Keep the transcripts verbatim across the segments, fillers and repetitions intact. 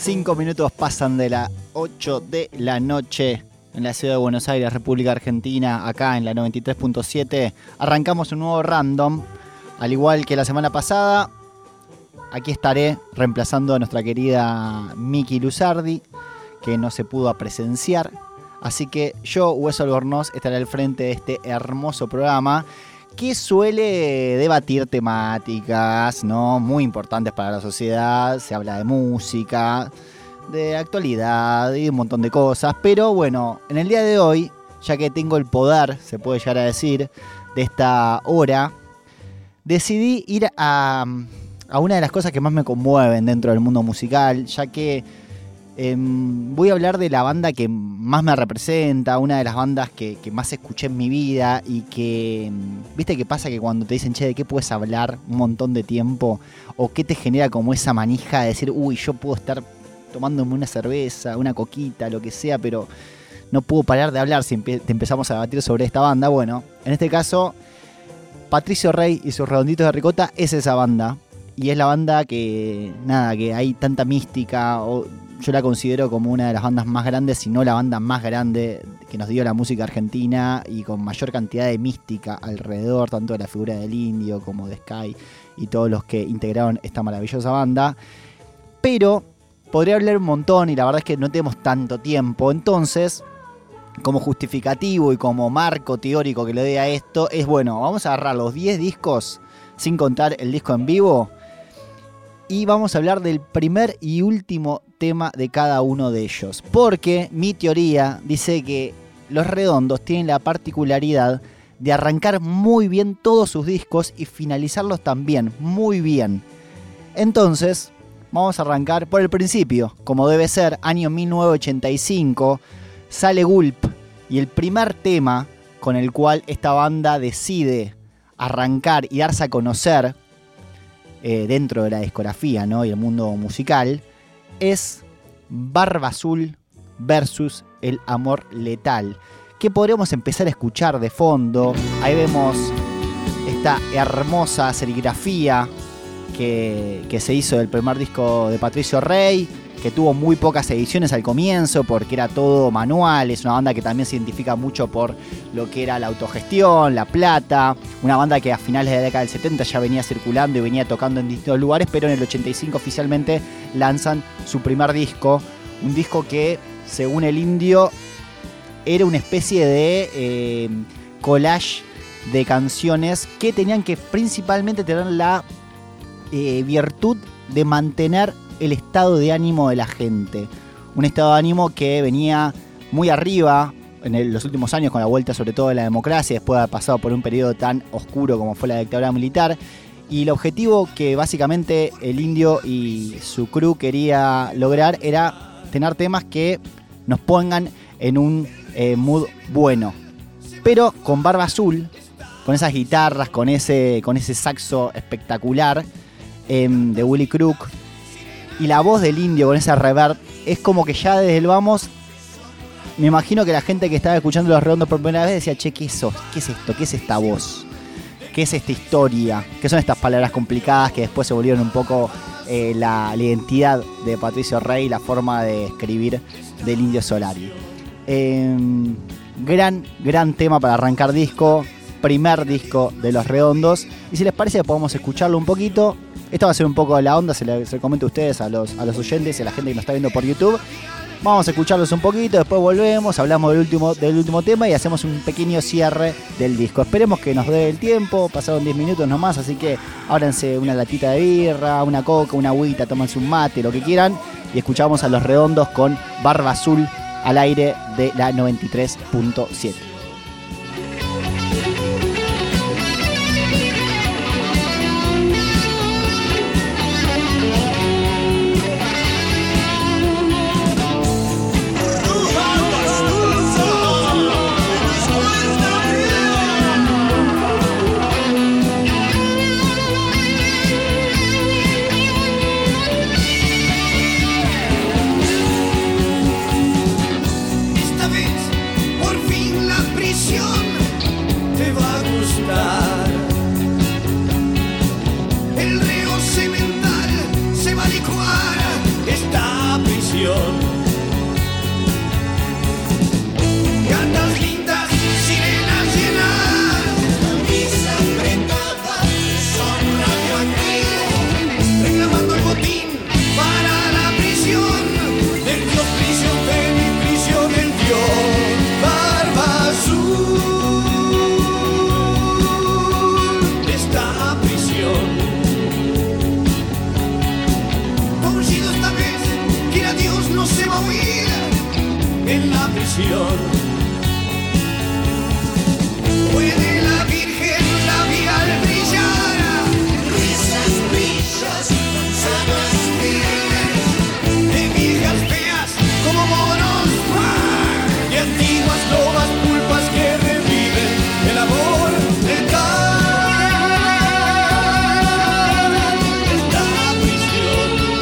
Cinco minutos pasan de las ocho de la noche en la ciudad de Buenos Aires, República Argentina, acá en la noventa y tres punto siete. Arrancamos un nuevo random, al igual que la semana pasada. Aquí estaré reemplazando a nuestra querida Miki Luzardi, que no se pudo presenciar. Así que yo, Hueso Albornoz, estaré al frente de este hermoso programa que suele debatir temáticas, ¿no?, muy importantes para la sociedad. Se habla de música, de actualidad y un montón de cosas. Pero bueno, en el día de hoy, ya que tengo el poder, se puede llegar a decir, de esta hora, decidí ir a, a una de las cosas que más me conmueven dentro del mundo musical, ya que eh, voy a hablar de la banda que más me representa, una de las bandas que, que más escuché en mi vida y que, ¿viste qué pasa? Que cuando te dicen, che, ¿de qué puedes hablar un montón de tiempo? ¿O qué te genera como esa manija de decir, uy, yo puedo estar tomándome una cerveza, una coquita, lo que sea, pero no puedo parar de hablar si empe- te empezamos a debatir sobre esta banda? Bueno, en este caso, Patricio Rey y sus Redonditos de Ricota es esa banda. Y es la banda que, nada, que hay tanta mística, o yo la considero como una de las bandas más grandes, si no la banda más grande que nos dio la música argentina, y con mayor cantidad de mística alrededor, tanto de la figura del Indio como de Sky y todos los que integraron esta maravillosa banda. Pero podría hablar un montón y la verdad es que no tenemos tanto tiempo. Entonces, como justificativo y como marco teórico que le doy a esto, es bueno, vamos a agarrar los diez discos sin contar el disco en vivo y vamos a hablar del primer y último tema de cada uno de ellos, porque mi teoría dice que Los Redondos tienen la particularidad de arrancar muy bien todos sus discos y finalizarlos también muy bien. Entonces vamos a arrancar por el principio, como debe ser. Año mil novecientos ochenta y cinco, sale Gulp, y el primer tema con el cual esta banda decide arrancar y darse a conocer eh, dentro de la discografía, ¿no?, y el mundo musical, es Barba Azul versus El Amor Letal, que podríamos empezar a escuchar de fondo. Ahí vemos esta hermosa serigrafía que, que se hizo del primer disco de Patricio Rey, que tuvo muy pocas ediciones al comienzo porque era todo manual. Es una banda que también se identifica mucho por lo que era la autogestión, la plata. Una banda que a finales de la década del setenta ya venía circulando y venía tocando en distintos lugares, pero en el ochenta y cinco oficialmente lanzan su primer disco. Un disco que, según el Indio, era una especie de eh, collage de canciones que tenían que principalmente tener la eh, virtud de mantener el estado de ánimo de la gente. Un estado de ánimo que venía muy arriba en el, los últimos años, con la vuelta sobre todo de la democracia, después de haber pasado por un periodo tan oscuro como fue la dictadura militar. Y el objetivo que básicamente el Indio y su crew quería lograr era tener temas que nos pongan en un eh, mood bueno. Pero con Barba Azul, con esas guitarras, con ese, con ese saxo espectacular eh, de Willy Crook, y la voz del Indio con esa reverb, es como que ya desde el vamos, me imagino que la gente que estaba escuchando Los Redondos por primera vez decía, che, ¿qué es eso? ¿Qué es esto? ¿Qué es esta voz? ¿Qué es esta historia? ¿Qué son estas palabras complicadas que después se volvieron un poco eh, la, la identidad de Patricio Rey, la forma de escribir del Indio Solari? Eh, gran, gran tema para arrancar disco, primer disco de Los Redondos. Y si les parece podemos escucharlo un poquito. Esto va a ser un poco de la onda, se le, se le comento a ustedes, a los, a los oyentes y a la gente que nos está viendo por YouTube. Vamos a escucharlos un poquito, después volvemos, hablamos del último, del último tema y hacemos un pequeño cierre del disco. Esperemos que nos dé el tiempo, pasaron diez minutos nomás, así que ábranse una latita de birra, una coca, una agüita, tómense un mate, lo que quieran, y escuchamos a Los Redondos con Barba Azul al aire de la noventa y tres punto siete. Esta vez, por fin la prisión. Puede la Virgen labial brillar, risas, brillos, manzanas verdes, de viejas feas como monos y antiguas lobas pulpas que reviven el amor letal. Esta prisión.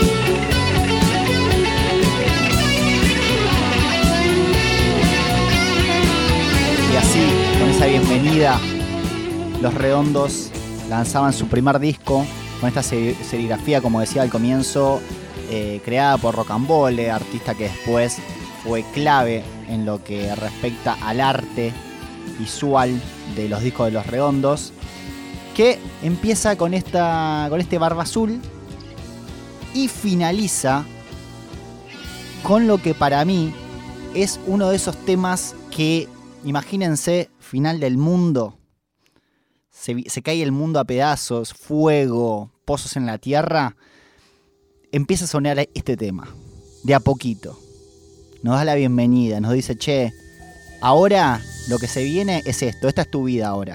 Y así, con esa bienvenida, Los Redondos lanzaban su primer disco con esta serigrafía, como decía al comienzo, eh, creada por Rocambole, artista que después fue clave en lo que respecta al arte visual de los discos de Los Redondos, que empieza con, esta, con este Barba Azul y finaliza con lo que para mí es uno de esos temas que, imagínense, final del mundo, se, se cae el mundo a pedazos, fuego, pozos en la tierra, empieza a sonar este tema, de a poquito. Nos da la bienvenida, nos dice, che, ahora lo que se viene es esto, esta es tu vida ahora.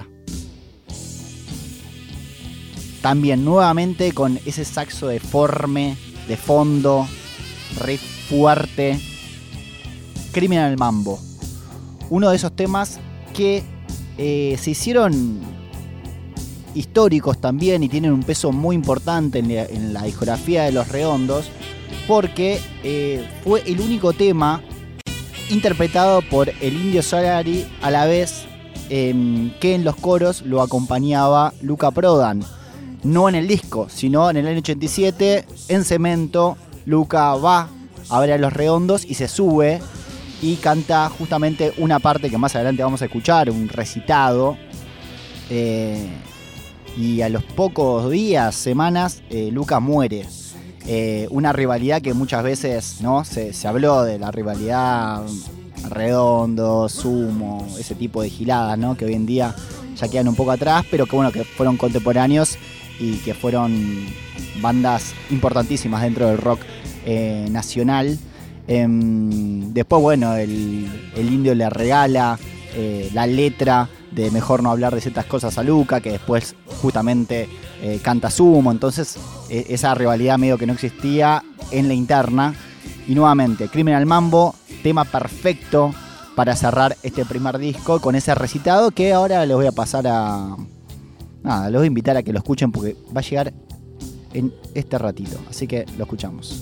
También nuevamente con ese saxo deforme, de fondo, riff fuerte, Criminal Mambo. Uno de esos temas que eh, se hicieron históricos también y tienen un peso muy importante en la, en la discografía de Los Redondos, porque eh, fue el único tema interpretado por el Indio Solari, a la vez eh, que en los coros lo acompañaba Luca Prodan. No en el disco, sino en el año ochenta y siete, en Cemento, Luca va a ver a Los Redondos y se sube y canta justamente una parte que más adelante vamos a escuchar, un recitado. Eh, y a los pocos días, semanas, eh, Luca muere. Eh, una rivalidad que muchas veces, ¿no? se, se habló de la rivalidad Redondo, Sumo, ese tipo de giladas, ¿no? Que hoy en día ya quedan un poco atrás, pero que bueno, que fueron contemporáneos y que fueron bandas importantísimas dentro del rock eh, nacional. Eh, después, bueno, el, el Indio le regala eh, la letra de Mejor no hablar de ciertas cosas a Luca, que después justamente eh, canta Sumo. Entonces eh, esa rivalidad medio que no existía en la interna. Y nuevamente, Criminal Mambo, tema perfecto para cerrar este primer disco con ese recitado que ahora les voy a pasar a... Nada, los voy a invitar a que lo escuchen porque va a llegar en este ratito. Así que lo escuchamos.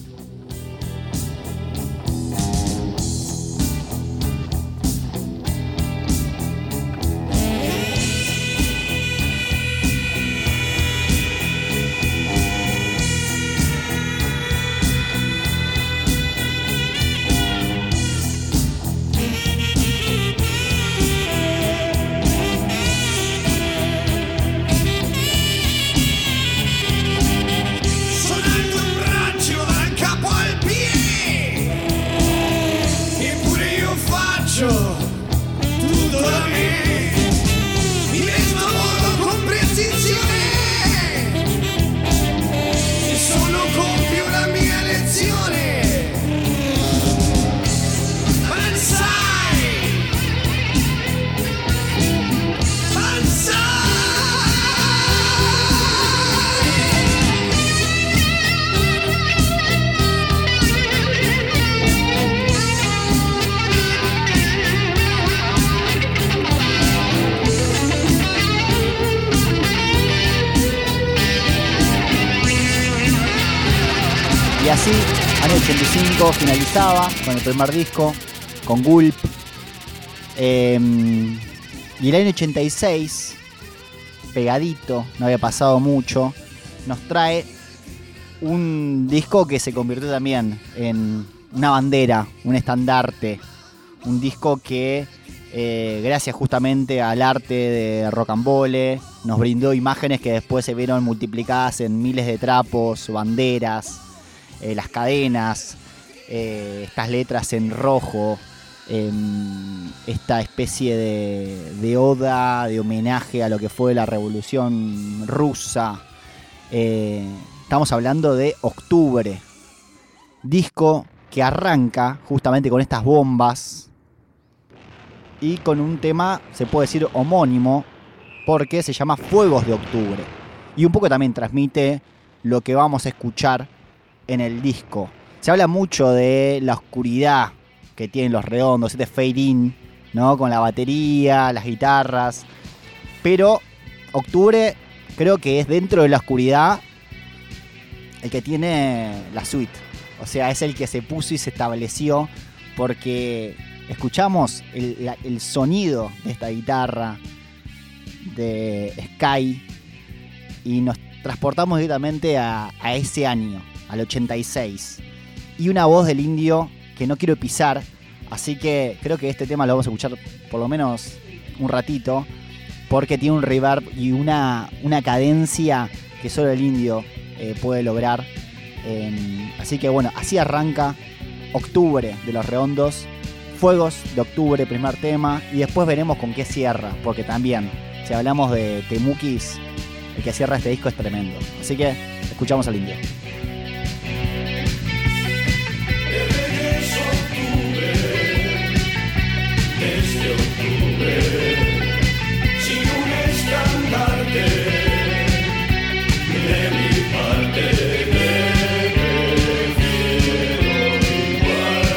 Y así, año ochenta y cinco, finalizaba con el primer disco, con Gulp. Eh, y el año ochenta y seis, pegadito, no había pasado mucho, nos trae un disco que se convirtió también en una bandera, un estandarte. Un disco que, eh, gracias justamente al arte de Rocambole, nos brindó imágenes que después se vieron multiplicadas en miles de trapos, banderas, eh, las cadenas, eh, estas letras en rojo, eh, esta especie de, de oda, de homenaje a lo que fue la Revolución Rusa. Eh, estamos hablando de Octubre, disco que arranca justamente con estas bombas y con un tema, se puede decir, homónimo, porque se llama Fuegos de Octubre. Y un poco también transmite lo que vamos a escuchar en el disco. Se habla mucho de la oscuridad que tienen Los Redondos, este fade in, ¿no? Con la batería, las guitarras. Pero Octubre creo que es dentro de la oscuridad el que tiene la suite. O sea, es el que se puso y se estableció porque escuchamos el, la, el sonido de esta guitarra de Sky y nos transportamos directamente a, a ese año, al ochenta y seis. Y una voz del Indio que no quiero pisar, así que creo que este tema lo vamos a escuchar por lo menos un ratito, porque tiene un reverb y una, una cadencia que solo el Indio eh, puede lograr. Eh, así que bueno, así arranca Octubre de Los Redondos, Fuegos de Octubre, primer tema, y después veremos con qué cierra, porque también, si hablamos de Temukis, el que cierra este disco es tremendo. Así que escuchamos al Indio. Desde octubre, sin un estandarte de mi parte, me prefiero igual.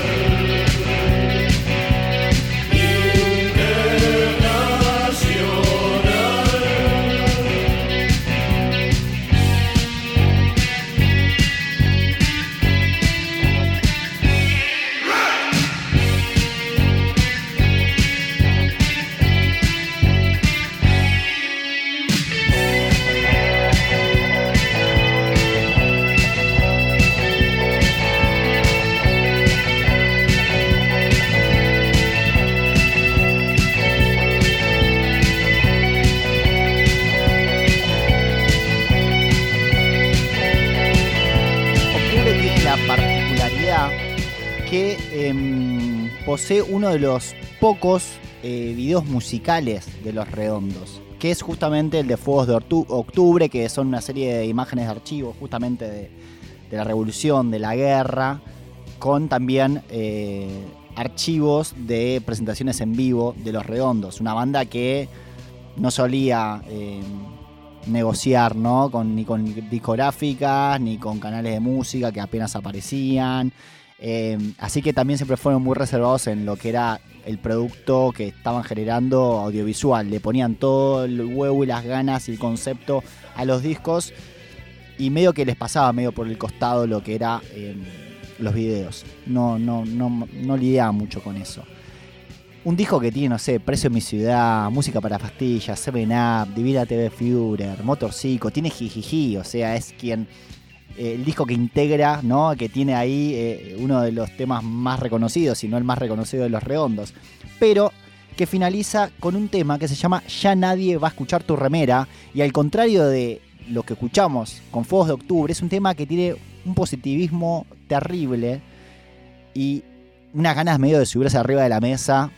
Que eh, posee uno de los pocos eh, videos musicales de Los Redondos, que es justamente el de Fuegos de Octubre, que son una serie de imágenes de archivo justamente de, de la revolución, de la guerra, con también eh, archivos de presentaciones en vivo de Los Redondos, una banda que no solía eh, negociar, ¿no? con, ni con discográficas ni con canales de música que apenas aparecían. Eh, así que también siempre fueron muy reservados en lo que era el producto que estaban generando audiovisual. Le ponían todo el huevo y las ganas y el concepto a los discos y medio que les pasaba medio por el costado lo que era eh, los videos. No, no, no, no lidiaban mucho con eso. Un disco que tiene, no sé, Precio en mi ciudad, Música para pastillas, Seven Up, Divina T V Führer, Motor Psycho, tiene Jijiji, o sea, es quien... el disco que integra, ¿no? Que tiene ahí eh, uno de los temas más reconocidos, si no el más reconocido de Los Redondos, pero que finaliza con un tema que se llama Ya nadie va a escuchar tu remera, y al contrario de lo que escuchamos con Fuegos de Octubre, es un tema que tiene un positivismo terrible y unas ganas medio de subirse arriba de la mesa,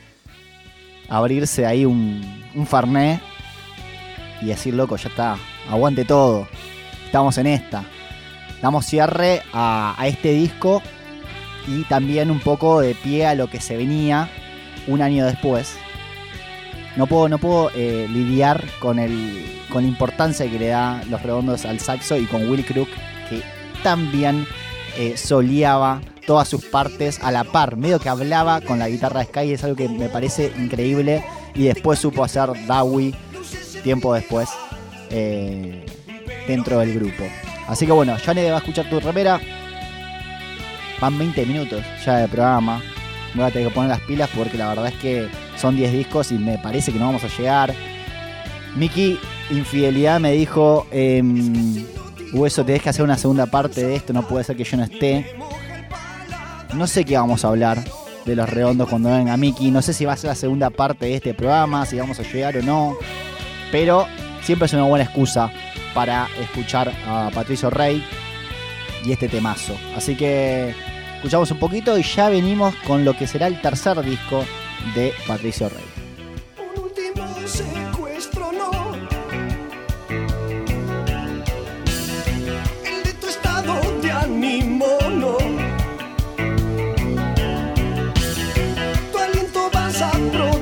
abrirse ahí un, un Fernet y decir, loco, ya está, aguante todo, estamos en esta. Damos cierre a, a este disco y también un poco de pie a lo que se venía un año después. No puedo, no puedo eh, lidiar con, el, con la importancia que le da Los Redondos al saxo y con Willy Crook, que también eh, soleaba todas sus partes a la par, medio que hablaba con la guitarra de Sky, es algo que me parece increíble, y después supo hacer Dawi tiempo después eh, dentro del grupo. Así que bueno, ya nadie va a escuchar tu remera. Van veinte minutos ya de programa. Voy a tener que poner las pilas porque la verdad es que son diez discos y me parece que no vamos a llegar. Miki Infidelidad me dijo, eh, Hueso, tenés que hacer una segunda parte de esto, no puede ser que yo no esté. No sé qué vamos a hablar de Los Redondos cuando venga Miki. No sé si va a ser la segunda parte de este programa, si vamos a llegar o no. Pero siempre es una buena excusa para escuchar a Patricio Rey y este temazo. Así que escuchamos un poquito y ya venimos con lo que será el tercer disco de Patricio Rey. Un último secuestro, no. El de tu estado de ánimo, no. Tu aliento vas a probar.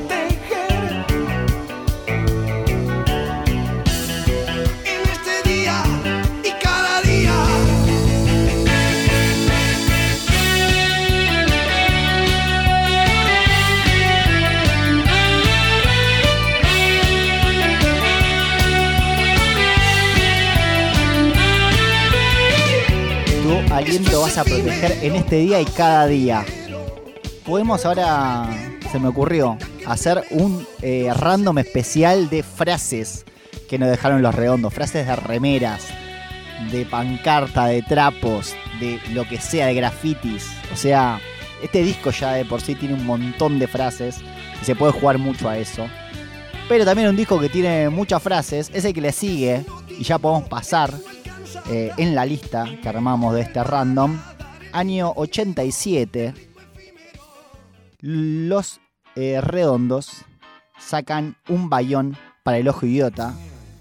aliento vas a proteger en este día y cada día? Podemos ahora, se me ocurrió, hacer un eh, random especial de frases que nos dejaron los redondos. Frases de remeras, de pancarta, de trapos, de lo que sea, de grafitis. O sea, este disco ya de por sí tiene un montón de frases y se puede jugar mucho a eso. Pero también un disco que tiene muchas frases es el que le sigue y ya podemos pasar eh, en la lista que armamos de este random. Año ochenta y siete, los eh, redondos sacan Un bayón para el ojo idiota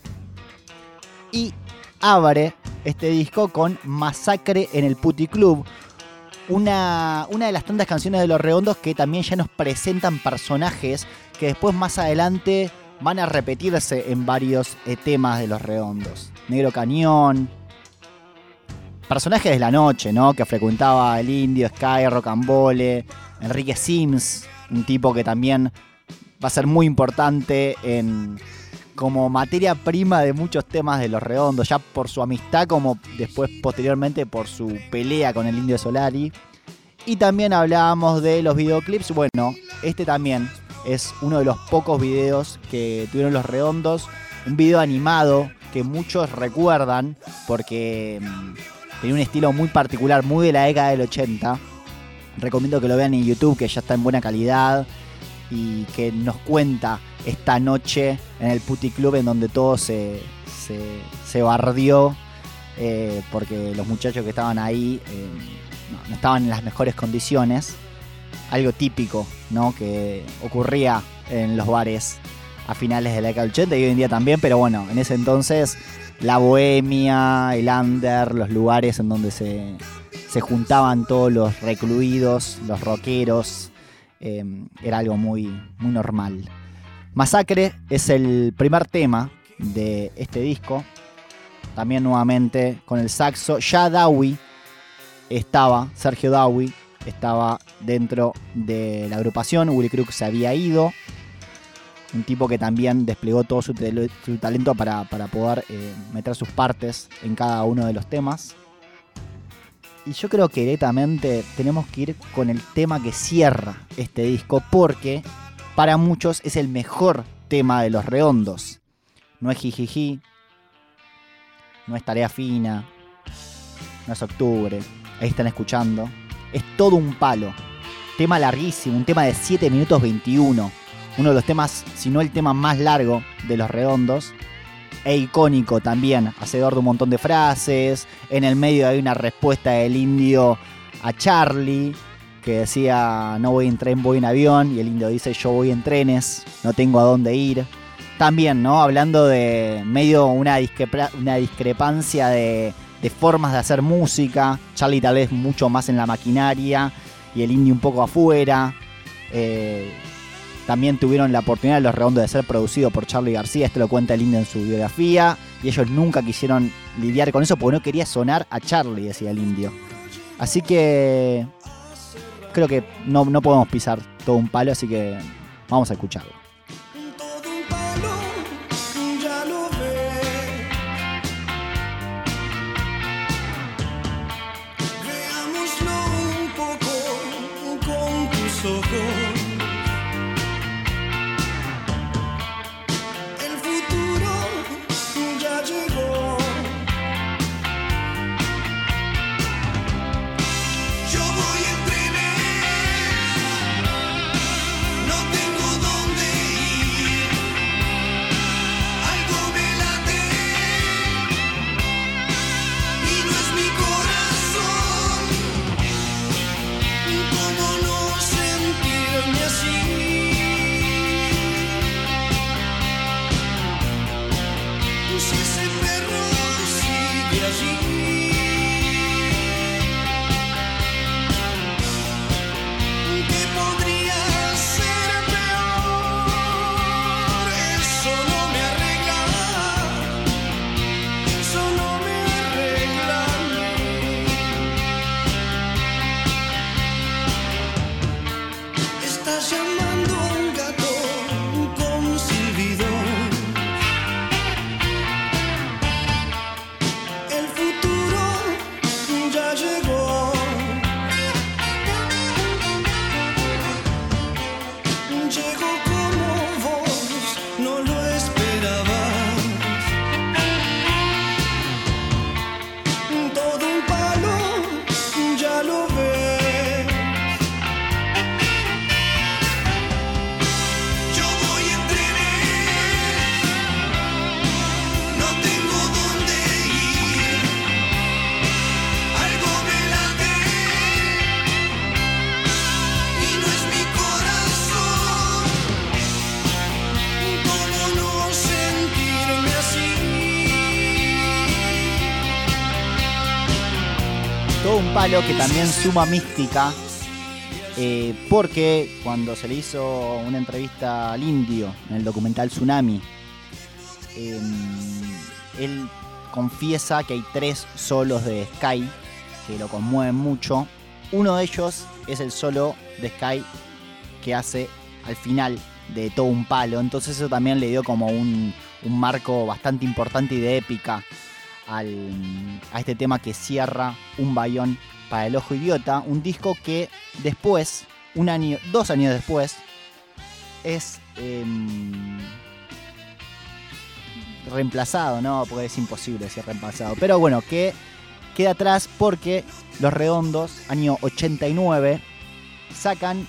y abre este disco con Masacre en el Puticlub, una, una de las tantas canciones de los redondos que también ya nos presentan personajes que después más adelante van a repetirse en varios eh, temas de los redondos. Negro Cañón, personajes de la noche, ¿no? Que frecuentaba el Indio, Sky, Rocambole, Enrique Sims, un tipo que también va a ser muy importante en, como materia prima de muchos temas de los redondos, ya por su amistad como después posteriormente por su pelea con el Indio Solari. Y también hablábamos de los videoclips. Bueno, este también es uno de los pocos videos que tuvieron los redondos, un video animado que muchos recuerdan porque mmm, tenía un estilo muy particular, muy de la década del ochenta. Recomiendo que lo vean en YouTube, que ya está en buena calidad y que nos cuenta esta noche en el Puticlub en donde todo se, se, se bardeó eh, porque los muchachos que estaban ahí eh, no, no estaban en las mejores condiciones. Algo típico, ¿no? Que ocurría en los bares a finales de la década del ochenta y hoy en día también, pero bueno, en ese entonces la bohemia, el under, los lugares en donde se, se juntaban todos los recluidos, los rockeros, eh, era algo muy, muy normal. Masacre es el primer tema de este disco, también nuevamente con el saxo. Ya Dawi estaba, Sergio Dawi estaba dentro de la agrupación, Willy Crook se había ido, un tipo que también desplegó todo su, tel- su talento para, para poder eh, meter sus partes en cada uno de los temas. Y yo creo que directamente tenemos que ir con el tema que cierra este disco, porque para muchos es el mejor tema de los redondos. No es Jijiji, no es Tarea Fina, no es Octubre, ahí están escuchando. Es todo un palo, tema larguísimo, un tema de siete minutos veintiuno, uno de los temas, si no el tema más largo de los redondos, e icónico también, hacedor de un montón de frases. En el medio hay una respuesta del Indio a Charlie, que decía no voy en tren, voy en avión, y el Indio dice yo voy en trenes, no tengo a dónde ir. También, ¿no? Hablando de medio una, discrepa- una discrepancia de, de formas de hacer música. Charlie tal vez mucho más en la maquinaria y el Indio un poco afuera. Eh, también tuvieron la oportunidad de los redondos de ser producidos por Charly García, esto lo cuenta el Indio en su biografía, y ellos nunca quisieron lidiar con eso porque no quería sonar a Charlie, decía el Indio. Así que creo que no, no podemos pisar todo un palo, así que vamos a escucharlo. Todo un palo, ya lo ves. Veámoslo un poco con tus ojos. El futuro ya llegó. Yo voy en trenes, no tengo dónde ir. Algo me late y no es mi corazón. ¿Cómo no sentirme así? Si ese perro sigue allí, ¿qué podría ser peor? Eso no me arregla, eso no me arregla a mí. Estás llamando a un gato con silbido. El futuro un palo que también suma mística, eh, porque cuando se le hizo una entrevista al Indio en el documental Tsunami, eh, él confiesa que hay tres solos de Sky que lo conmueven mucho. Uno de ellos es el solo de Sky que hace al final de Todo un Palo, entonces eso también le dio como un, un marco bastante importante y de épica al, a este tema que cierra Un Bayón para el Ojo Idiota, un disco que después, un año, dos años después, es eh, reemplazado, ¿no? Porque es imposible ser reemplazado, pero bueno, que queda atrás porque Los Redondos, año ochenta y nueve, sacan,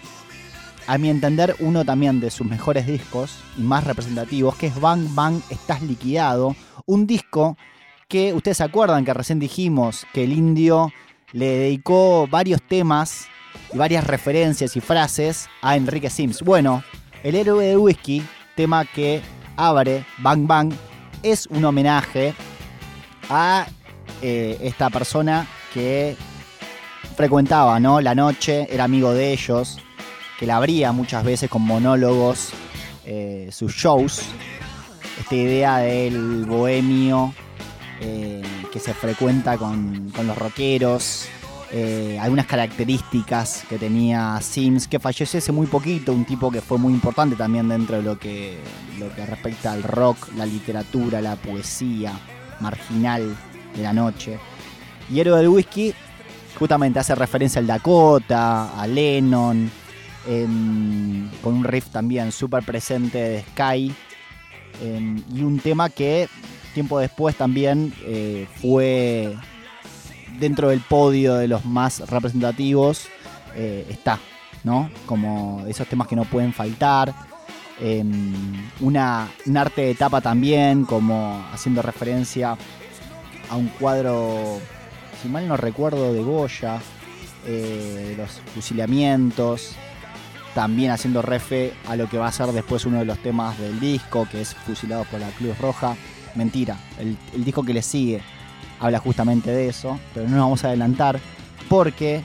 a mi entender, uno también de sus mejores discos y más representativos, que es Bang Bang Estás Liquidado, un disco que ustedes se acuerdan que recién dijimos que el Indio le dedicó varios temas y varias referencias y frases a Enrique Sims. Bueno, El Héroe del Whisky, tema que abre Bang Bang, es un homenaje a eh, esta persona que frecuentaba, ¿no?, la noche, era amigo de ellos, que la abría muchas veces con monólogos, eh, sus shows. Esta idea del bohemio eh, que se frecuenta con, con los rockeros, eh, algunas características que tenía Sims, que falleció hace muy poquito, un tipo que fue muy importante también dentro de lo que, lo que respecta al rock, la literatura, la poesía marginal de la noche. Y Héroe del Whisky justamente hace referencia al Dakota, a Lennon, eh, con un riff también súper presente de Sky, eh, y un tema que tiempo después también eh, fue dentro del podio de los más representativos, eh, está, ¿no? Como esos temas que no pueden faltar. Eh, una, un arte de tapa también, como haciendo referencia a un cuadro, si mal no recuerdo, de Goya, eh, de los fusilamientos, también haciendo refe a lo que va a ser después uno de los temas del disco, que es Fusilados por la Cruz Roja. Mentira, el, el disco que le sigue habla justamente de eso, pero no nos vamos a adelantar porque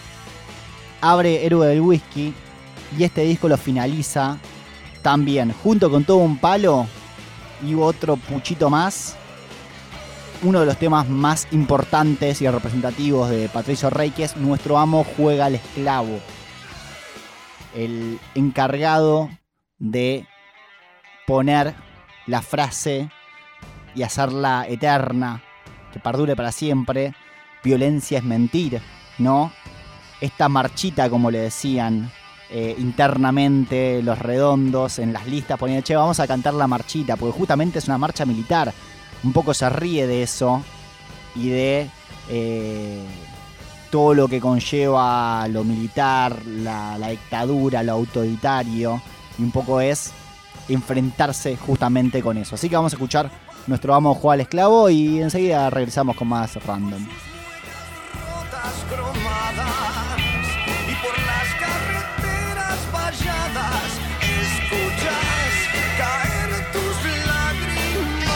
abre Héroe del Whisky y este disco lo finaliza también, junto con Todo un Palo y otro puchito más, uno de los temas más importantes y representativos de Patricio Rey, que es Nuestro Amo Juega al Esclavo. El encargado de poner la frase y hacerla eterna, que perdure para siempre: violencia es mentir, ¿no? Esta marchita, como le decían eh, internamente Los Redondos en las listas, ponían, che, vamos a cantar la marchita, porque justamente es una marcha militar. Un poco se ríe de eso y de eh, todo lo que conlleva lo militar, la, la dictadura, lo autoritario, y un poco es enfrentarse justamente con eso. Así que vamos a escuchar Nuestro Amo Juega al Esclavo y enseguida regresamos con más Random. Rotas cromadas y por las carreteras valladas escuchas caer tus lágrimas.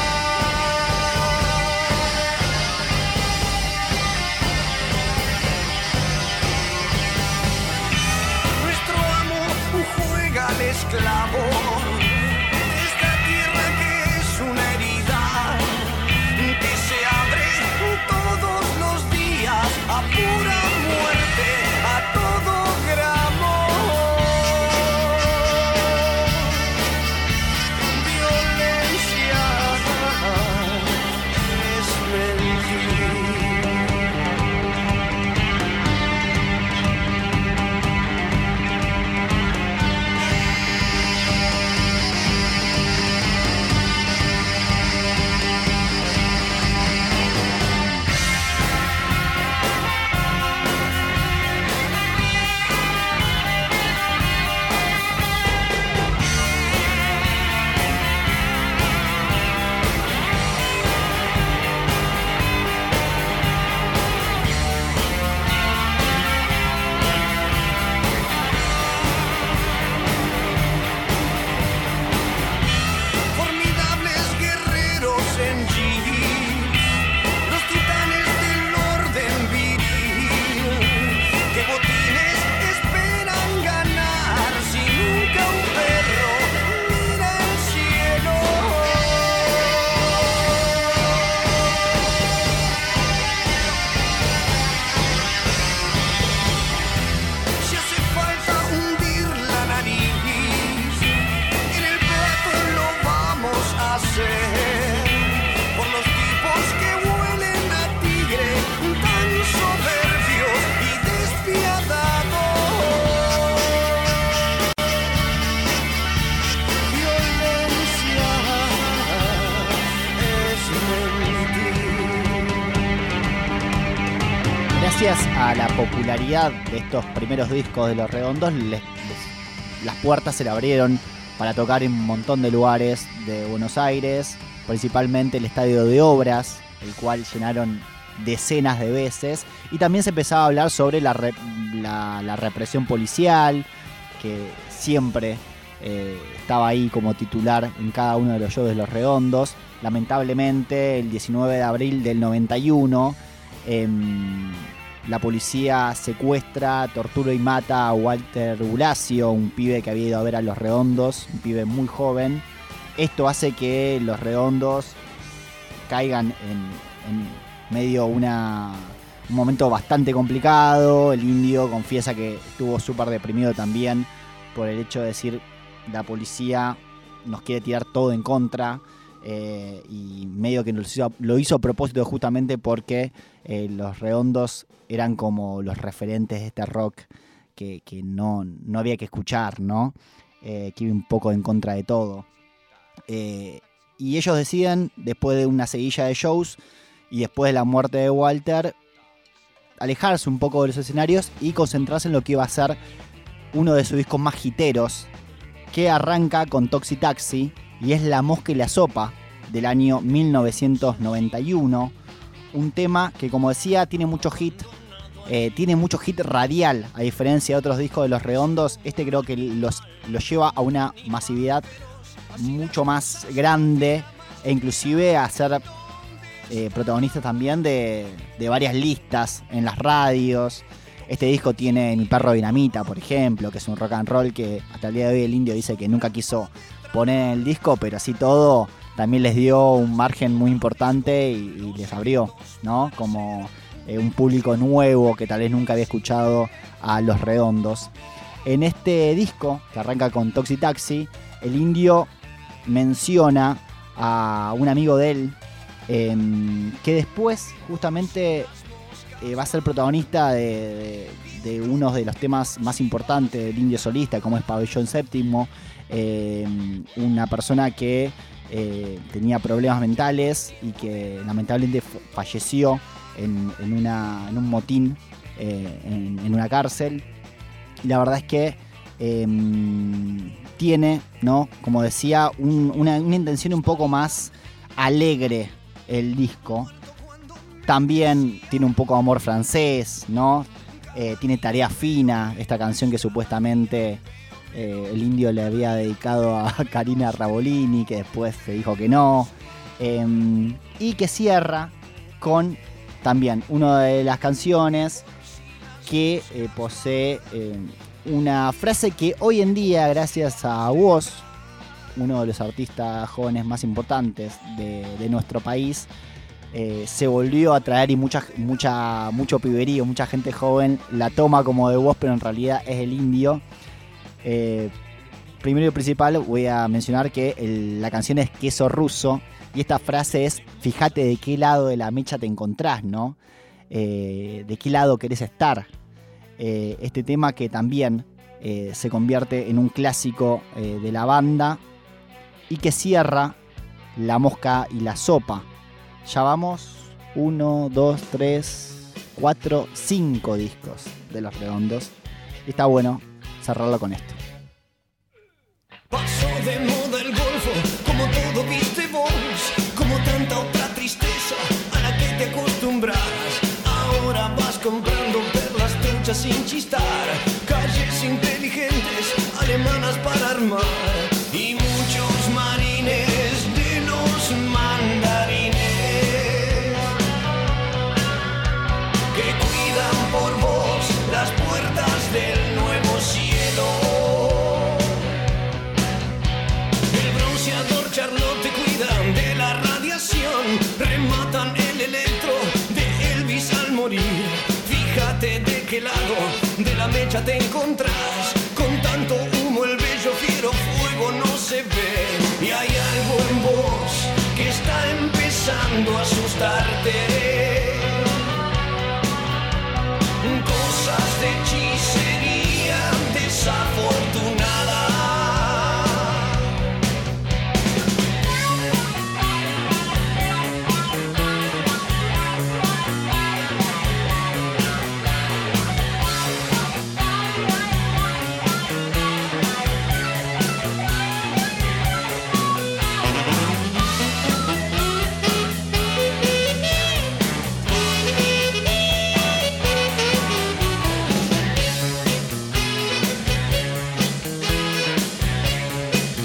Nuestro amo juega al esclavo. Esta tierra que es una herida que se abre todos los días a pura muerte, a todo gramo. Violencia es mentir. Formidables guerreros en jeans, los titanes del orden viril, gracias a la popularidad de estos primeros discos de Los Redondos, les, les, las puertas se le abrieron para tocar en un montón de lugares de Buenos Aires, principalmente el Estadio de Obras, el cual llenaron decenas de veces, y también se empezaba a hablar sobre la, re, la, la represión policial, que siempre eh, estaba ahí como titular en cada uno de los shows de Los Redondos. Lamentablemente, el diecinueve de abril del noventa y uno, eh, la policía secuestra, tortura y mata a Walter Bulacio, un pibe que había ido a ver a Los Redondos, un pibe muy joven. Esto hace que Los Redondos caigan en, en medio una, un momento bastante complicado. El Indio confiesa que estuvo súper deprimido también por el hecho de decir la policía nos quiere tirar todo en contra. Eh, y medio que lo hizo, lo hizo a propósito justamente porque eh, Los Redondos eran como los referentes de este rock que, que no, no había que escuchar, ¿no? Eh, que iba un poco en contra de todo. Eh, y ellos deciden, después de una seguilla de shows y después de la muerte de Walter, alejarse un poco de los escenarios y concentrarse en lo que iba a ser uno de sus discos más hiteros, que arranca con Toxi Taxi, y es La Mosca y la Sopa, del año mil novecientos noventa y uno. Un tema que, como decía, tiene mucho hit, eh, tiene mucho hit radial, a diferencia de otros discos de Los Redondos. Este creo que los, los lleva a una masividad mucho más grande, e inclusive a ser eh, protagonista también de, de varias listas en las radios. Este disco tiene Mi Perro Dinamita, por ejemplo, que es un rock and roll que hasta el día de hoy el Indio dice que nunca quiso poner en el disco, pero así todo también les dio un margen muy importante y, y les abrió, ¿no? Como eh, un público nuevo que tal vez nunca había escuchado a Los Redondos. En este disco, que arranca con Toxi Taxi, el Indio menciona a un amigo de él eh, que después justamente eh, va a ser protagonista de, de, de uno de los temas más importantes del Indio solista, como es Pabellón Séptimo. Eh, una persona que eh, tenía problemas mentales y que lamentablemente falleció en, en, una, en un motín eh, en, en una cárcel. Y la verdad es que eh, tiene, ¿no? Como decía, un, una, una intención un poco más alegre el disco. También tiene un poco de amor francés, ¿no? Eh, tiene Tarea Fina, esta canción que supuestamente Eh, el Indio le había dedicado a Karina Ravolini, que después se dijo que no, eh, y que cierra con también una de las canciones que eh, posee eh, una frase que hoy en día, gracias a vos, uno de los artistas jóvenes más importantes de, de nuestro país, eh, se volvió a traer, y mucha, mucha, mucho piberío, mucha gente joven la toma como de vos, pero en realidad es el Indio. Eh, primero y principal voy a mencionar que el, la canción es Queso Ruso, y esta frase es: fíjate de qué lado de la mecha te encontrás, ¿no? Eh, de qué lado querés estar. Eh, este tema que también eh, se convierte en un clásico eh, de la banda, y que cierra La Mosca y la Sopa. Ya vamos uno, dos, tres, cuatro, cinco discos de Los Redondos. Y está bueno cerrarlo con esto. Pasó de moda el golfo, como todo viste vos, como tanta otra tristeza a la que te acostumbras. Ahora vas comprando perlas truchas sin chistar, calles inteligentes, alemanas para armar, y muchos marines de los mandarines que cuidan por vos las puertas del nuevo cielo. Charlotte te cuidan de la radiación, rematan el electro de Elvis al morir. Fíjate de qué lado de la mecha te encontrás, con tanto humo el bello fiero fuego no se ve. Y hay algo en vos que está empezando a asustarte, cosas de hechicería desafortunada.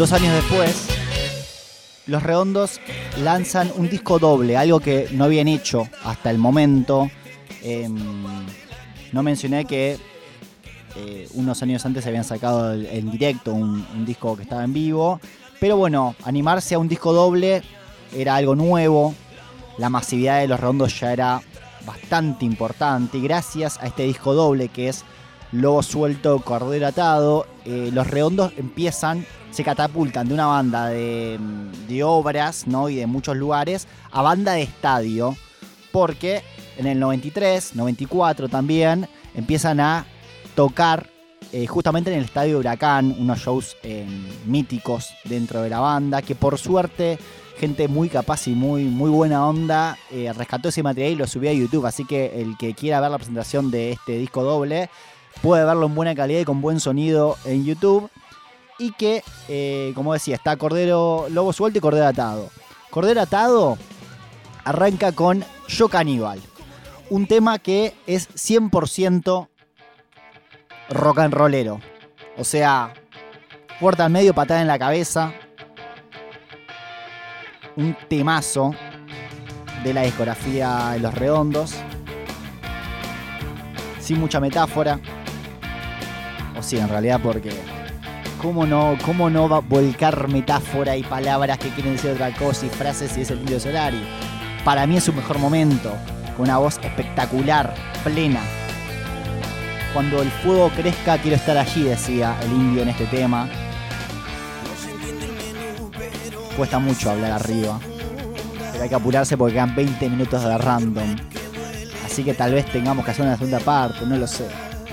dos años después, Los Redondos lanzan un disco doble, algo que no habían hecho hasta el momento. Eh, no mencioné que eh, unos años antes habían sacado el, en directo un, un disco que estaba en vivo. Pero bueno, animarse a un disco doble era algo nuevo. La masividad de Los Redondos ya era bastante importante. Y gracias a este disco doble que es Lobo Suelto, Cordero Atado, eh, Los Redondos empiezan, se catapultan de una banda de, de obras, ¿no? Y de muchos lugares a banda de estadio, porque en el noventa y tres, noventa y cuatro también empiezan a tocar eh, justamente en el Estadio Huracán, unos shows eh, míticos dentro de la banda, que por suerte gente muy capaz y muy, muy buena onda eh, rescató ese material y lo subió a YouTube, así que el que quiera ver la presentación de este disco doble puede verlo en buena calidad y con buen sonido en YouTube. Y que, eh, como decía, está Cordero, Lobo Suelto y Cordero Atado. Cordero Atado arranca con Yo Caníbal, un tema que es cien por ciento rock and rollero. O sea, puerta al medio, patada en la cabeza. Un temazo de la discografía de Los Redondos. Sin mucha metáfora. O sí, en realidad, porque ¿cómo no, cómo no va a volcar metáfora y palabras que quieren decir otra cosa y frases si es el Indio Solari? Para mí es su mejor momento, con una voz espectacular, plena. Cuando el fuego crezca quiero estar allí, decía el Indio en este tema. Cuesta mucho hablar arriba, pero hay que apurarse porque quedan veinte minutos de random. Así que tal vez tengamos que hacer una segunda parte, no lo sé.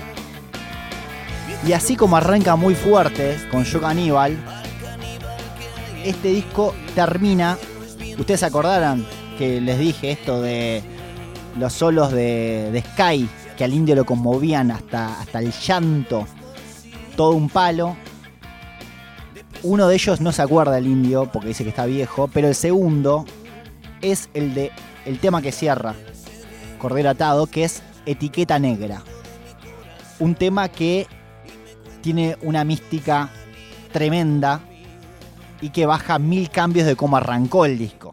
Y así como arranca muy fuerte con Yo Caníbal, este disco termina. Ustedes se acordarán que les dije esto de los solos de, de Sky, que al Indio lo conmovían hasta, hasta el llanto, todo un palo. Uno de ellos no se acuerda el Indio porque dice que está viejo, pero el segundo es el de el tema que cierra Cordero Atado, que es Etiqueta Negra. Un tema que tiene una mística tremenda y que baja mil cambios de cómo arrancó el disco.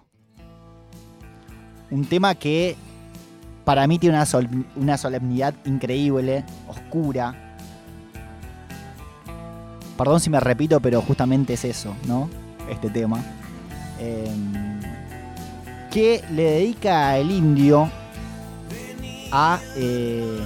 Un tema que para mí tiene una, sol, una solemnidad increíble, oscura. Perdón si me repito, pero justamente es eso, ¿no? Este tema. Eh, que le dedica el Indio a eh,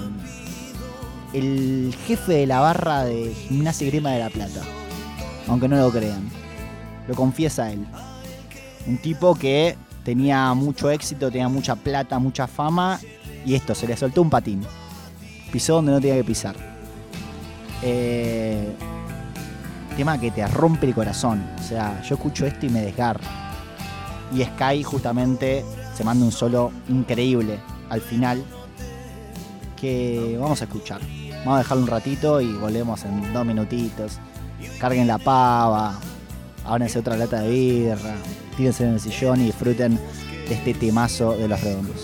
el jefe de la barra de Gimnasia y Grima de la Plata. Aunque no lo crean. Lo confiesa él. Un tipo que tenía mucho éxito, tenía mucha plata, mucha fama. Y esto, se le soltó un patín. Pisó donde no tenía que pisar. Eh... tema que te rompe el corazón. O sea, yo escucho esto y me desgarra. Y Sky justamente se manda un solo increíble al final que vamos a escuchar. Vamos a dejarlo un ratito y volvemos en dos minutitos. Carguen la pava, ábranse otra lata de birra, tírense en el sillón y disfruten de este temazo de Los Redondos.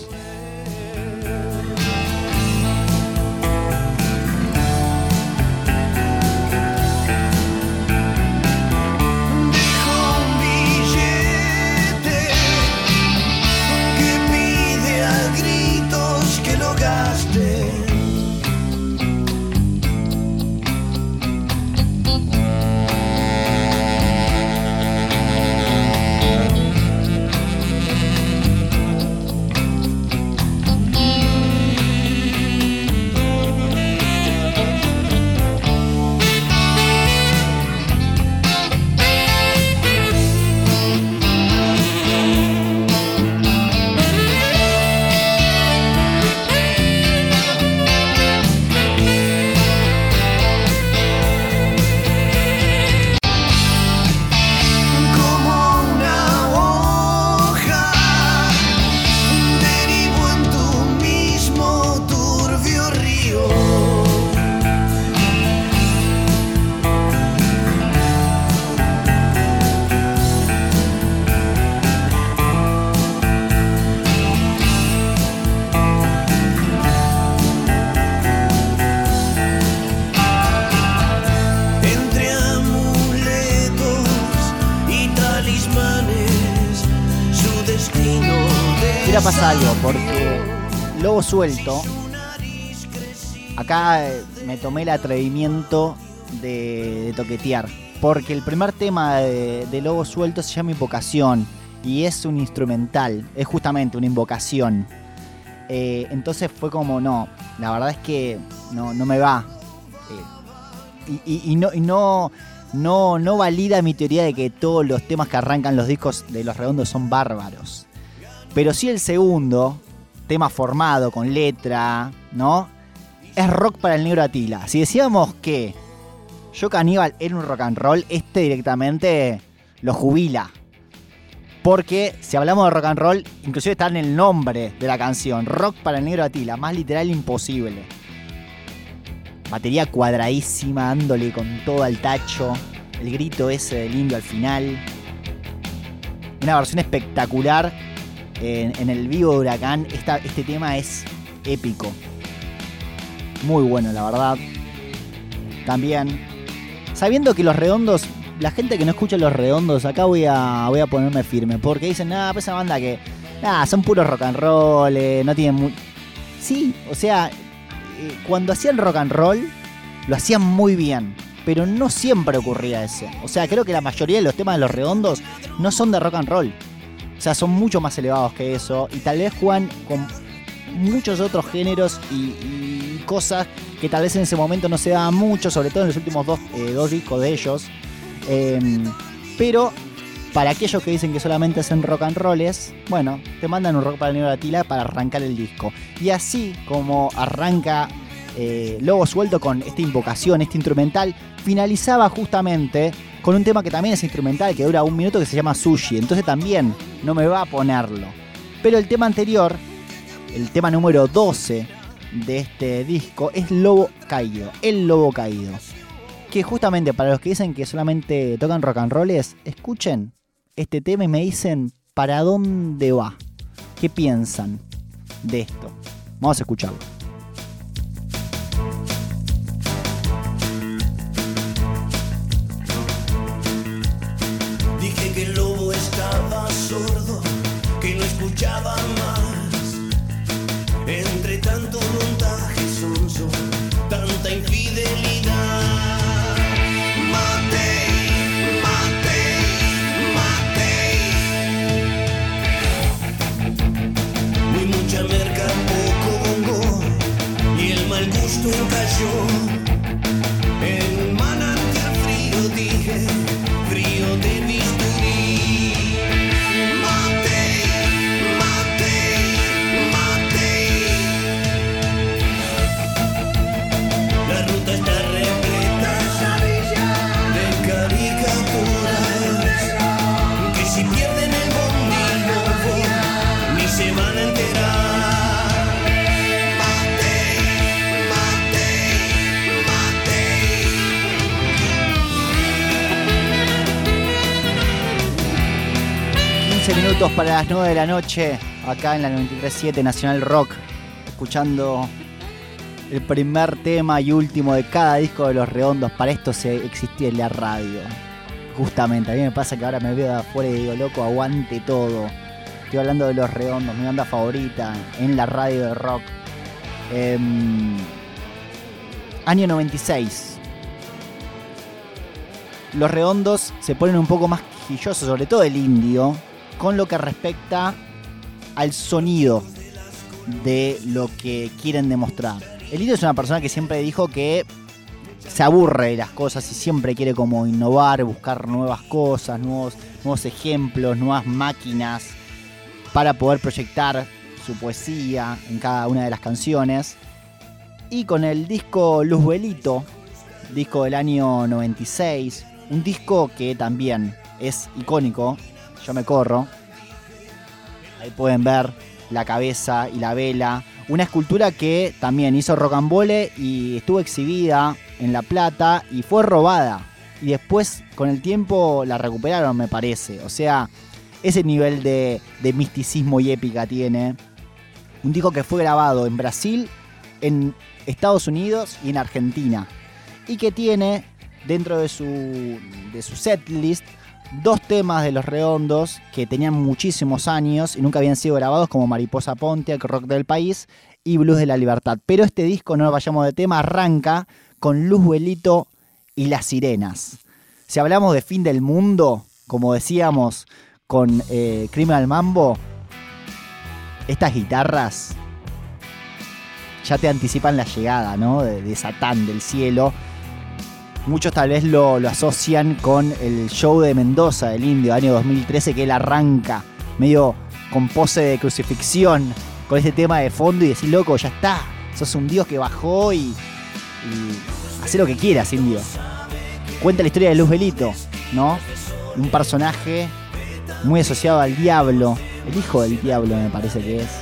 Mira, pasa algo, porque Lobo Suelto, acá me tomé el atrevimiento de, de toquetear, porque el primer tema de, de Lobo Suelto se llama Invocación y es un instrumental, es justamente una invocación. Eh, entonces fue como, no, la verdad es que no, no me va. Eh, y, y, y, no, y no, no, no valida mi teoría de que todos los temas que arrancan los discos de Los Redondos son bárbaros. Pero sí el segundo, tema formado, con letra, ¿no? Es rock para el negro Atila. Si decíamos que Yo Caníbal era un rock and roll, este directamente lo jubila. Porque si hablamos de rock and roll, inclusive está en el nombre de la canción, rock para el negro Atila, más literal imposible. Batería cuadradísima, dándole con todo al tacho, el grito ese del indio al final. Una versión espectacular en, en el vivo de Huracán. Esta, este tema es épico. Muy bueno, la verdad. También, sabiendo que Los Redondos, la gente que no escucha Los Redondos, acá voy a, voy a ponerme firme, porque dicen, nada, pues esa banda que, nada, son puros rock and roll, eh, no tienen muy... Sí, o sea, eh, cuando hacían rock and roll, lo hacían muy bien, pero no siempre ocurría eso. O sea, creo que la mayoría de los temas de Los Redondos no son de rock and roll. O sea, son mucho más elevados que eso, y tal vez juegan con muchos otros géneros y, y cosas que tal vez en ese momento no se daban mucho, sobre todo en los últimos dos, eh, dos discos de ellos. Eh, pero para aquellos que dicen que solamente hacen rock and rolls, bueno, te mandan un rock para el negro Atila para arrancar el disco. Y así como arranca eh, Lobo Suelto con esta invocación, este instrumental, finalizaba justamente con un tema que también es instrumental, que dura un minuto, que se llama Sushi. Entonces también no me va a ponerlo. Pero el tema anterior, el tema número doce de este disco, es Lobo Caído, El Lobo Caído. Que justamente para los que dicen que solamente tocan rock and rolls, escuchen este tema y me dicen para dónde va, qué piensan de esto. Vamos a escucharlo. Dije que el lobo estaba sordo, que no escuchaba más. Entre tanto montaje sonso, tanta infidelidad. Mucha merca, poco bongo, y el mal gusto cayó en un manantial frío, dije, frío de bisturí. Mate, mate, mate. La ruta está repleta de caricaturas que si pierden el bondi no, ni se van a enterar. Minutos para las nueve de la noche, acá en la noventa y tres punto siete Nacional Rock, escuchando el primer tema y último de cada disco de Los Redondos. Para esto se existía la radio, justamente. A mí me pasa que ahora me veo de afuera y digo, loco, aguante todo. Estoy hablando de Los Redondos, mi banda favorita en la radio de rock. Eh, año noventa y seis. Los Redondos se ponen un poco más quisquillosos, sobre todo el indio, con lo que respecta al sonido de lo que quieren demostrar. El indio es una persona que siempre dijo que se aburre de las cosas y siempre quiere como innovar, buscar nuevas cosas, nuevos, nuevos ejemplos, nuevas máquinas para poder proyectar su poesía en cada una de las canciones. Y con el disco Luzbelito, disco del año noventa y seis, un disco que también es icónico, Yo me corro. Ahí pueden ver la cabeza y la vela. Una escultura que también hizo Rocambole y estuvo exhibida en La Plata y fue robada. Y después, con el tiempo, la recuperaron, me parece. O sea, ese nivel de, de misticismo y épica tiene. Un disco que fue grabado en Brasil, en Estados Unidos y en Argentina. Y que tiene, dentro de su, de su setlist, dos temas de Los Redondos que tenían muchísimos años y nunca habían sido grabados, como Mariposa Pontiac, Rock del País y Blues de la Libertad. Pero este disco, no nos vayamos de tema, arranca con Luzbelito y Las Sirenas. Si hablamos de fin del mundo, como decíamos con eh, Criminal Mambo, estas guitarras ya te anticipan la llegada, ¿no? de, de Satán del cielo. Muchos tal vez lo, lo asocian con el show de Mendoza del Indio, año dos mil trece, que él arranca medio con pose de crucifixión, con este tema de fondo y decís, loco, ya está, sos un dios que bajó y, y hace lo que quieras, Indio. Cuenta la historia de Luzbelito, ¿no? Un personaje muy asociado al diablo, el hijo del diablo me parece que es.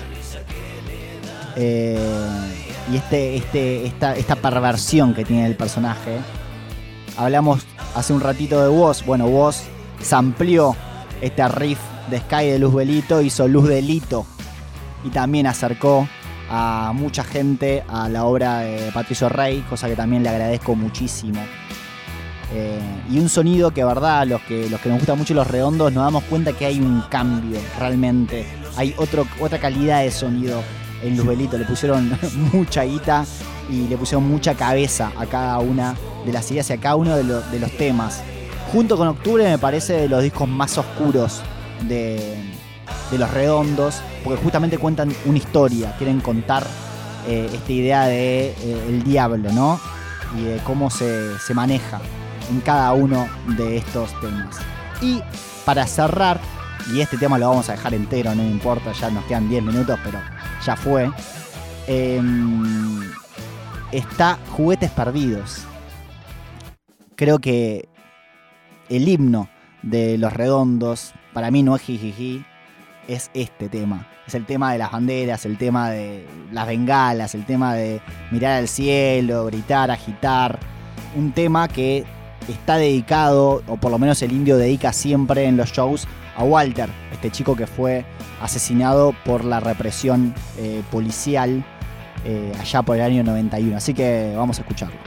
Eh, y este, este, esta, esta perversión que tiene el personaje. Hablamos hace un ratito de Woz. Bueno, Woz sampleó este riff de Sky de Luzbelito, hizo Luzdelito y también acercó a mucha gente a la obra de Patricio Rey, cosa que también le agradezco muchísimo. Eh, y un sonido que, verdad, los que, los que nos gustan mucho Los Redondos, nos damos cuenta que hay un cambio realmente. Hay otro, otra calidad de sonido en Luzbelito. Le pusieron mucha guita y le pusieron mucha cabeza a cada una de las ideas y a cada uno de, lo, de los temas. Junto con Octubre me parece de los discos más oscuros de, de Los Redondos, porque justamente cuentan una historia, quieren contar eh, esta idea de eh, el diablo, ¿no? Y de cómo se, se maneja en cada uno de estos temas. Y para cerrar, y este tema lo vamos a dejar entero, no me importa, ya nos quedan diez minutos, pero ya fue, eh, está Juguetes Perdidos. Creo que el himno de Los Redondos, para mí no es jijiji, es este tema. Es el tema de las banderas, el tema de las bengalas, el tema de mirar al cielo, gritar, agitar. Un tema que está dedicado, o por lo menos el Indio dedica siempre en los shows, a Walter, este chico que fue asesinado por la represión eh, policial eh, allá por el año noventa y uno. Así que vamos a escucharlo.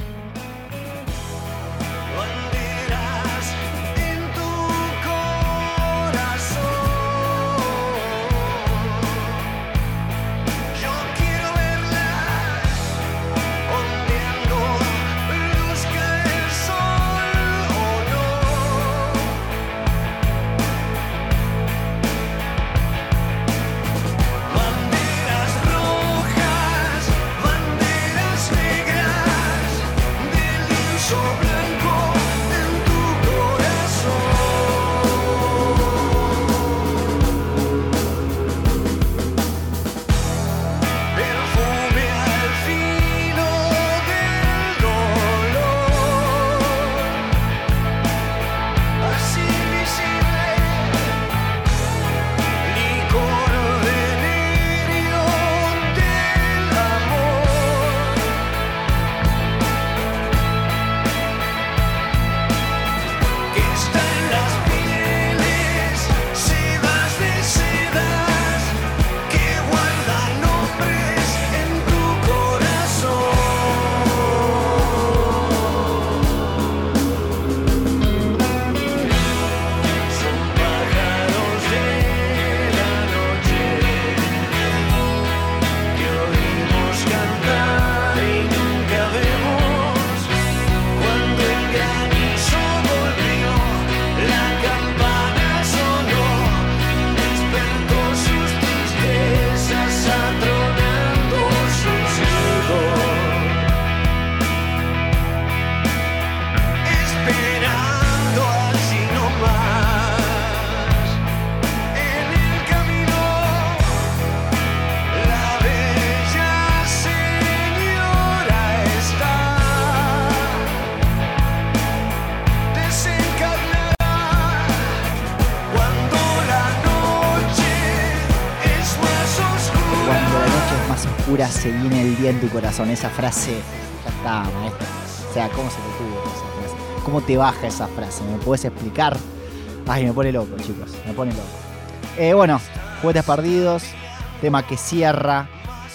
Se viene el día en tu corazón. Esa frase, ya está, maestro. O sea, ¿cómo se te ocurre esa frase? ¿Cómo te baja esa frase? ¿Me puedes explicar? Ay, me pone loco, chicos. Me pone loco. Eh, bueno, Juguetes Perdidos. Tema que cierra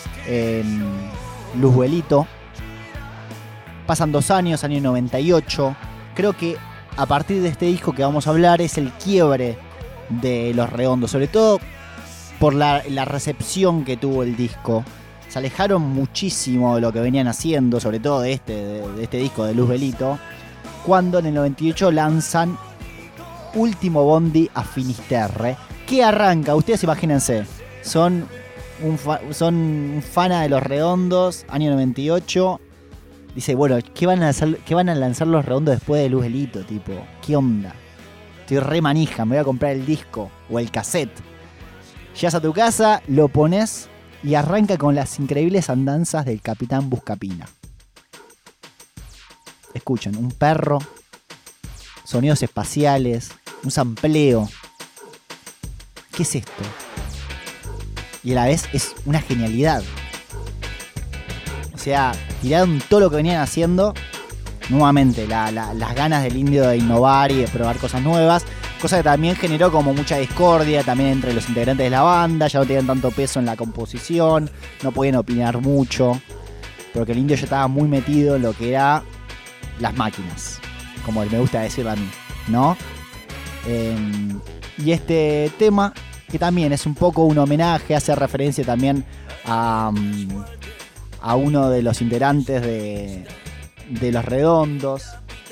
eh, Luzbelito. Pasan dos años, año noventa y ocho. Creo que a partir de este disco que vamos a hablar es el quiebre de Los Redondos, sobre todo por la, la recepción que tuvo el disco. Se alejaron muchísimo de lo que venían haciendo, sobre todo de este, de, de este disco de Luz Velito, cuando en el noventa y ocho lanzan Último Bondi a Finisterre, que arranca, ustedes imagínense, son un, fa, son un fana de Los Redondos, año noventa y ocho, dice, bueno, ¿qué van a lanzar, qué van a lanzar Los Redondos después de Luz Velito? Tipo, ¿qué onda? Estoy re manija, me voy a comprar el disco o el cassette. Llegas a tu casa, lo pones y arranca con las increíbles andanzas del Capitán Buscapina. Escuchen, un perro, sonidos espaciales, un sampleo. ¿Qué es esto? Y a la vez es una genialidad. O sea, tiraron todo lo que venían haciendo. Nuevamente, la, la, las ganas del indio de innovar y de probar cosas nuevas. Cosa que también generó como mucha discordia también entre los integrantes de la banda. Ya no tenían tanto peso en la composición. No podían opinar mucho. Porque el indio ya estaba muy metido en lo que era las máquinas. Como me gusta decirlo a mí, ¿no? Eh, y este tema, que también es un poco un homenaje, hace referencia también a, a uno de los integrantes de, de Los Redondos,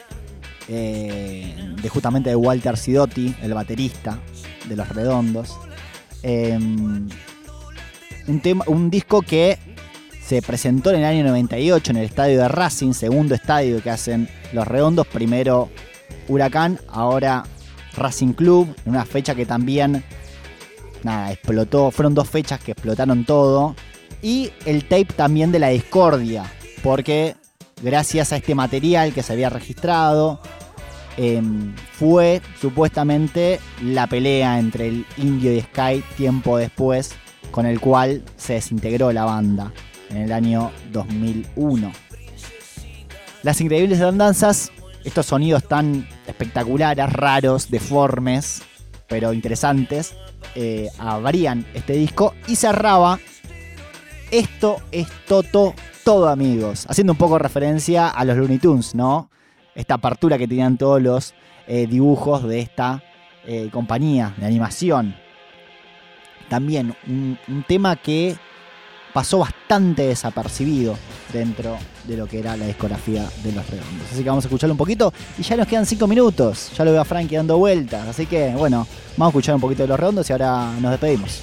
eh, de justamente de Walter Sidotti, el baterista de Los Redondos. Eh, un, tema, un disco que se presentó en el año noventa y ocho en el estadio de Racing, segundo estadio que hacen Los Redondos, primero Huracán, ahora Racing Club, en una fecha que también nada, explotó, fueron dos fechas que explotaron todo, y el tape también de La Discordia, porque gracias a este material que se había registrado, eh, fue supuestamente la pelea entre el Indio y Sky tiempo después, con el cual se desintegró la banda en el año dos mil uno. Las increíbles andanzas, estos sonidos tan espectaculares, raros, deformes, pero interesantes, eh, abrían este disco y cerraba Esto es Toto Todo, amigos, haciendo un poco referencia a los Looney Tunes, ¿no? Esta apertura que tenían todos los eh, dibujos de esta eh, compañía de animación. También un, un tema que pasó bastante desapercibido dentro de lo que era la discografía de Los Redondos. Así que vamos a escucharlo un poquito y ya nos quedan cinco minutos. Ya lo veo a Frankie dando vueltas. Así que bueno, vamos a escuchar un poquito de Los Redondos y ahora nos despedimos.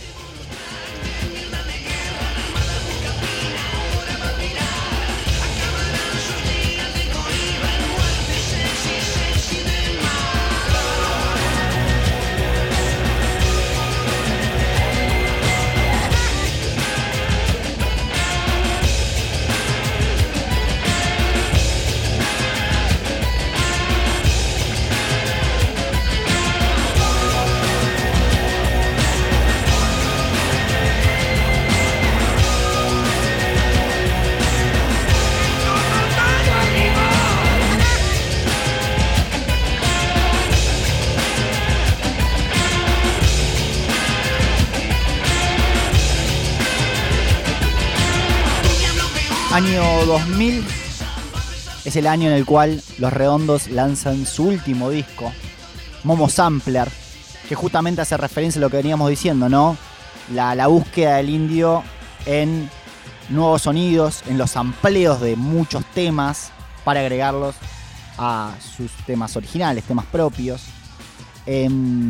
Año dos mil es el año en el cual Los Redondos lanzan su último disco, Momo Sampler, que justamente hace referencia a lo que veníamos diciendo, ¿no? La, la búsqueda del indio en nuevos sonidos, en los sampleos de muchos temas para agregarlos a sus temas originales, temas propios. Eh,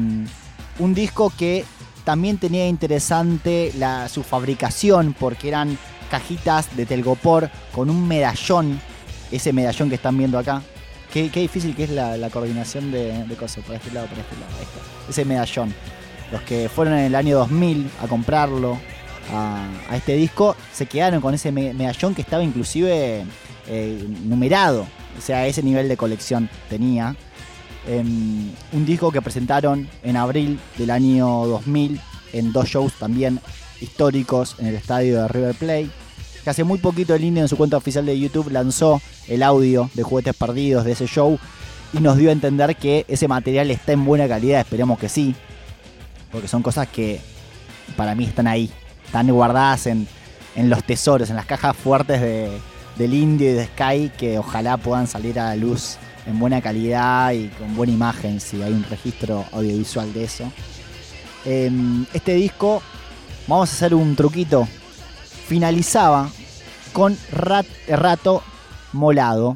un disco que también tenía interesante la, su fabricación, porque eran cajitas de telgopor con un medallón, ese medallón que están viendo acá. Qué, qué difícil que es la, la coordinación de, de cosas, por este lado, por este lado, ahí está. Ese medallón. Los que fueron en el año dos mil a comprarlo, a, a este disco, se quedaron con ese medallón que estaba inclusive eh, numerado, o sea, ese nivel de colección tenía. Eh, un disco que presentaron en abril del año dos mil en dos shows también históricos en el estadio de River Plate. Que hace muy poquito el Indio en su cuenta oficial de YouTube lanzó el audio de Juguetes Perdidos de ese show y nos dio a entender que ese material está en buena calidad. Esperemos que sí, porque son cosas que para mí están ahí, están guardadas en, en los tesoros, en las cajas fuertes de, del Indio y de Sky, que ojalá puedan salir a la luz en buena calidad y con buena imagen, si hay un registro audiovisual de eso. Eh, este disco, vamos a hacer un truquito, finalizaba con Rat, Rato Molado.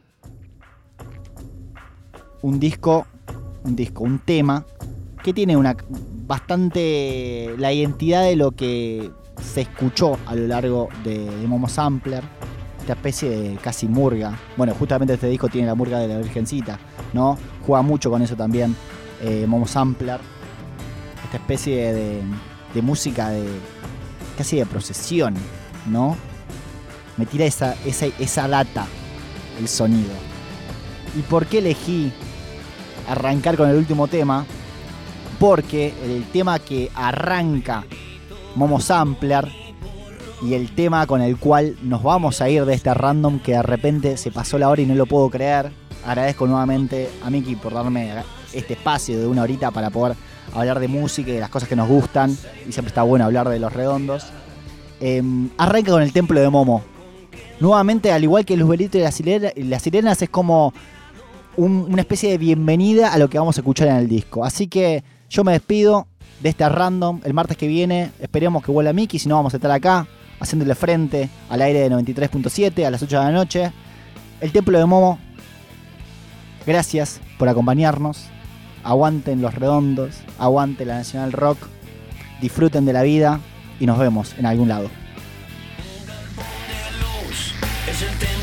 Un disco, un disco, un tema que tiene una bastante la identidad de lo que se escuchó a lo largo de, de Momo Sampler, esta especie de casi murga. Bueno, justamente este disco tiene la murga de la Virgencita, ¿no? Juega mucho con eso también, eh, Momo Sampler, esta especie de, de música de casi de procesión, ¿no? Me tira esa, esa, esa data, el sonido. ¿Y por qué elegí arrancar con el último tema? Porque el tema que arranca Momo Sampler y el tema con el cual nos vamos a ir de este random, que de repente se pasó la hora y no lo puedo creer. Agradezco nuevamente a Miki por darme este espacio de una horita para poder hablar de música y de las cosas que nos gustan, y siempre está bueno hablar de Los Redondos. Eh, arranca con el Templo de Momo. Nuevamente, al igual que Luzbelito y las sirenas, las sirenas es como un, una especie de bienvenida a lo que vamos a escuchar en el disco. Así que yo me despido de este random. El martes que viene esperemos que vuelva Miki, si no vamos a estar acá haciéndole frente al aire de noventa y tres punto siete a las ocho de la noche. El Templo de Momo, gracias por acompañarnos. Aguanten Los Redondos, aguanten la Nacional Rock, disfruten de la vida y nos vemos en algún lado. Es el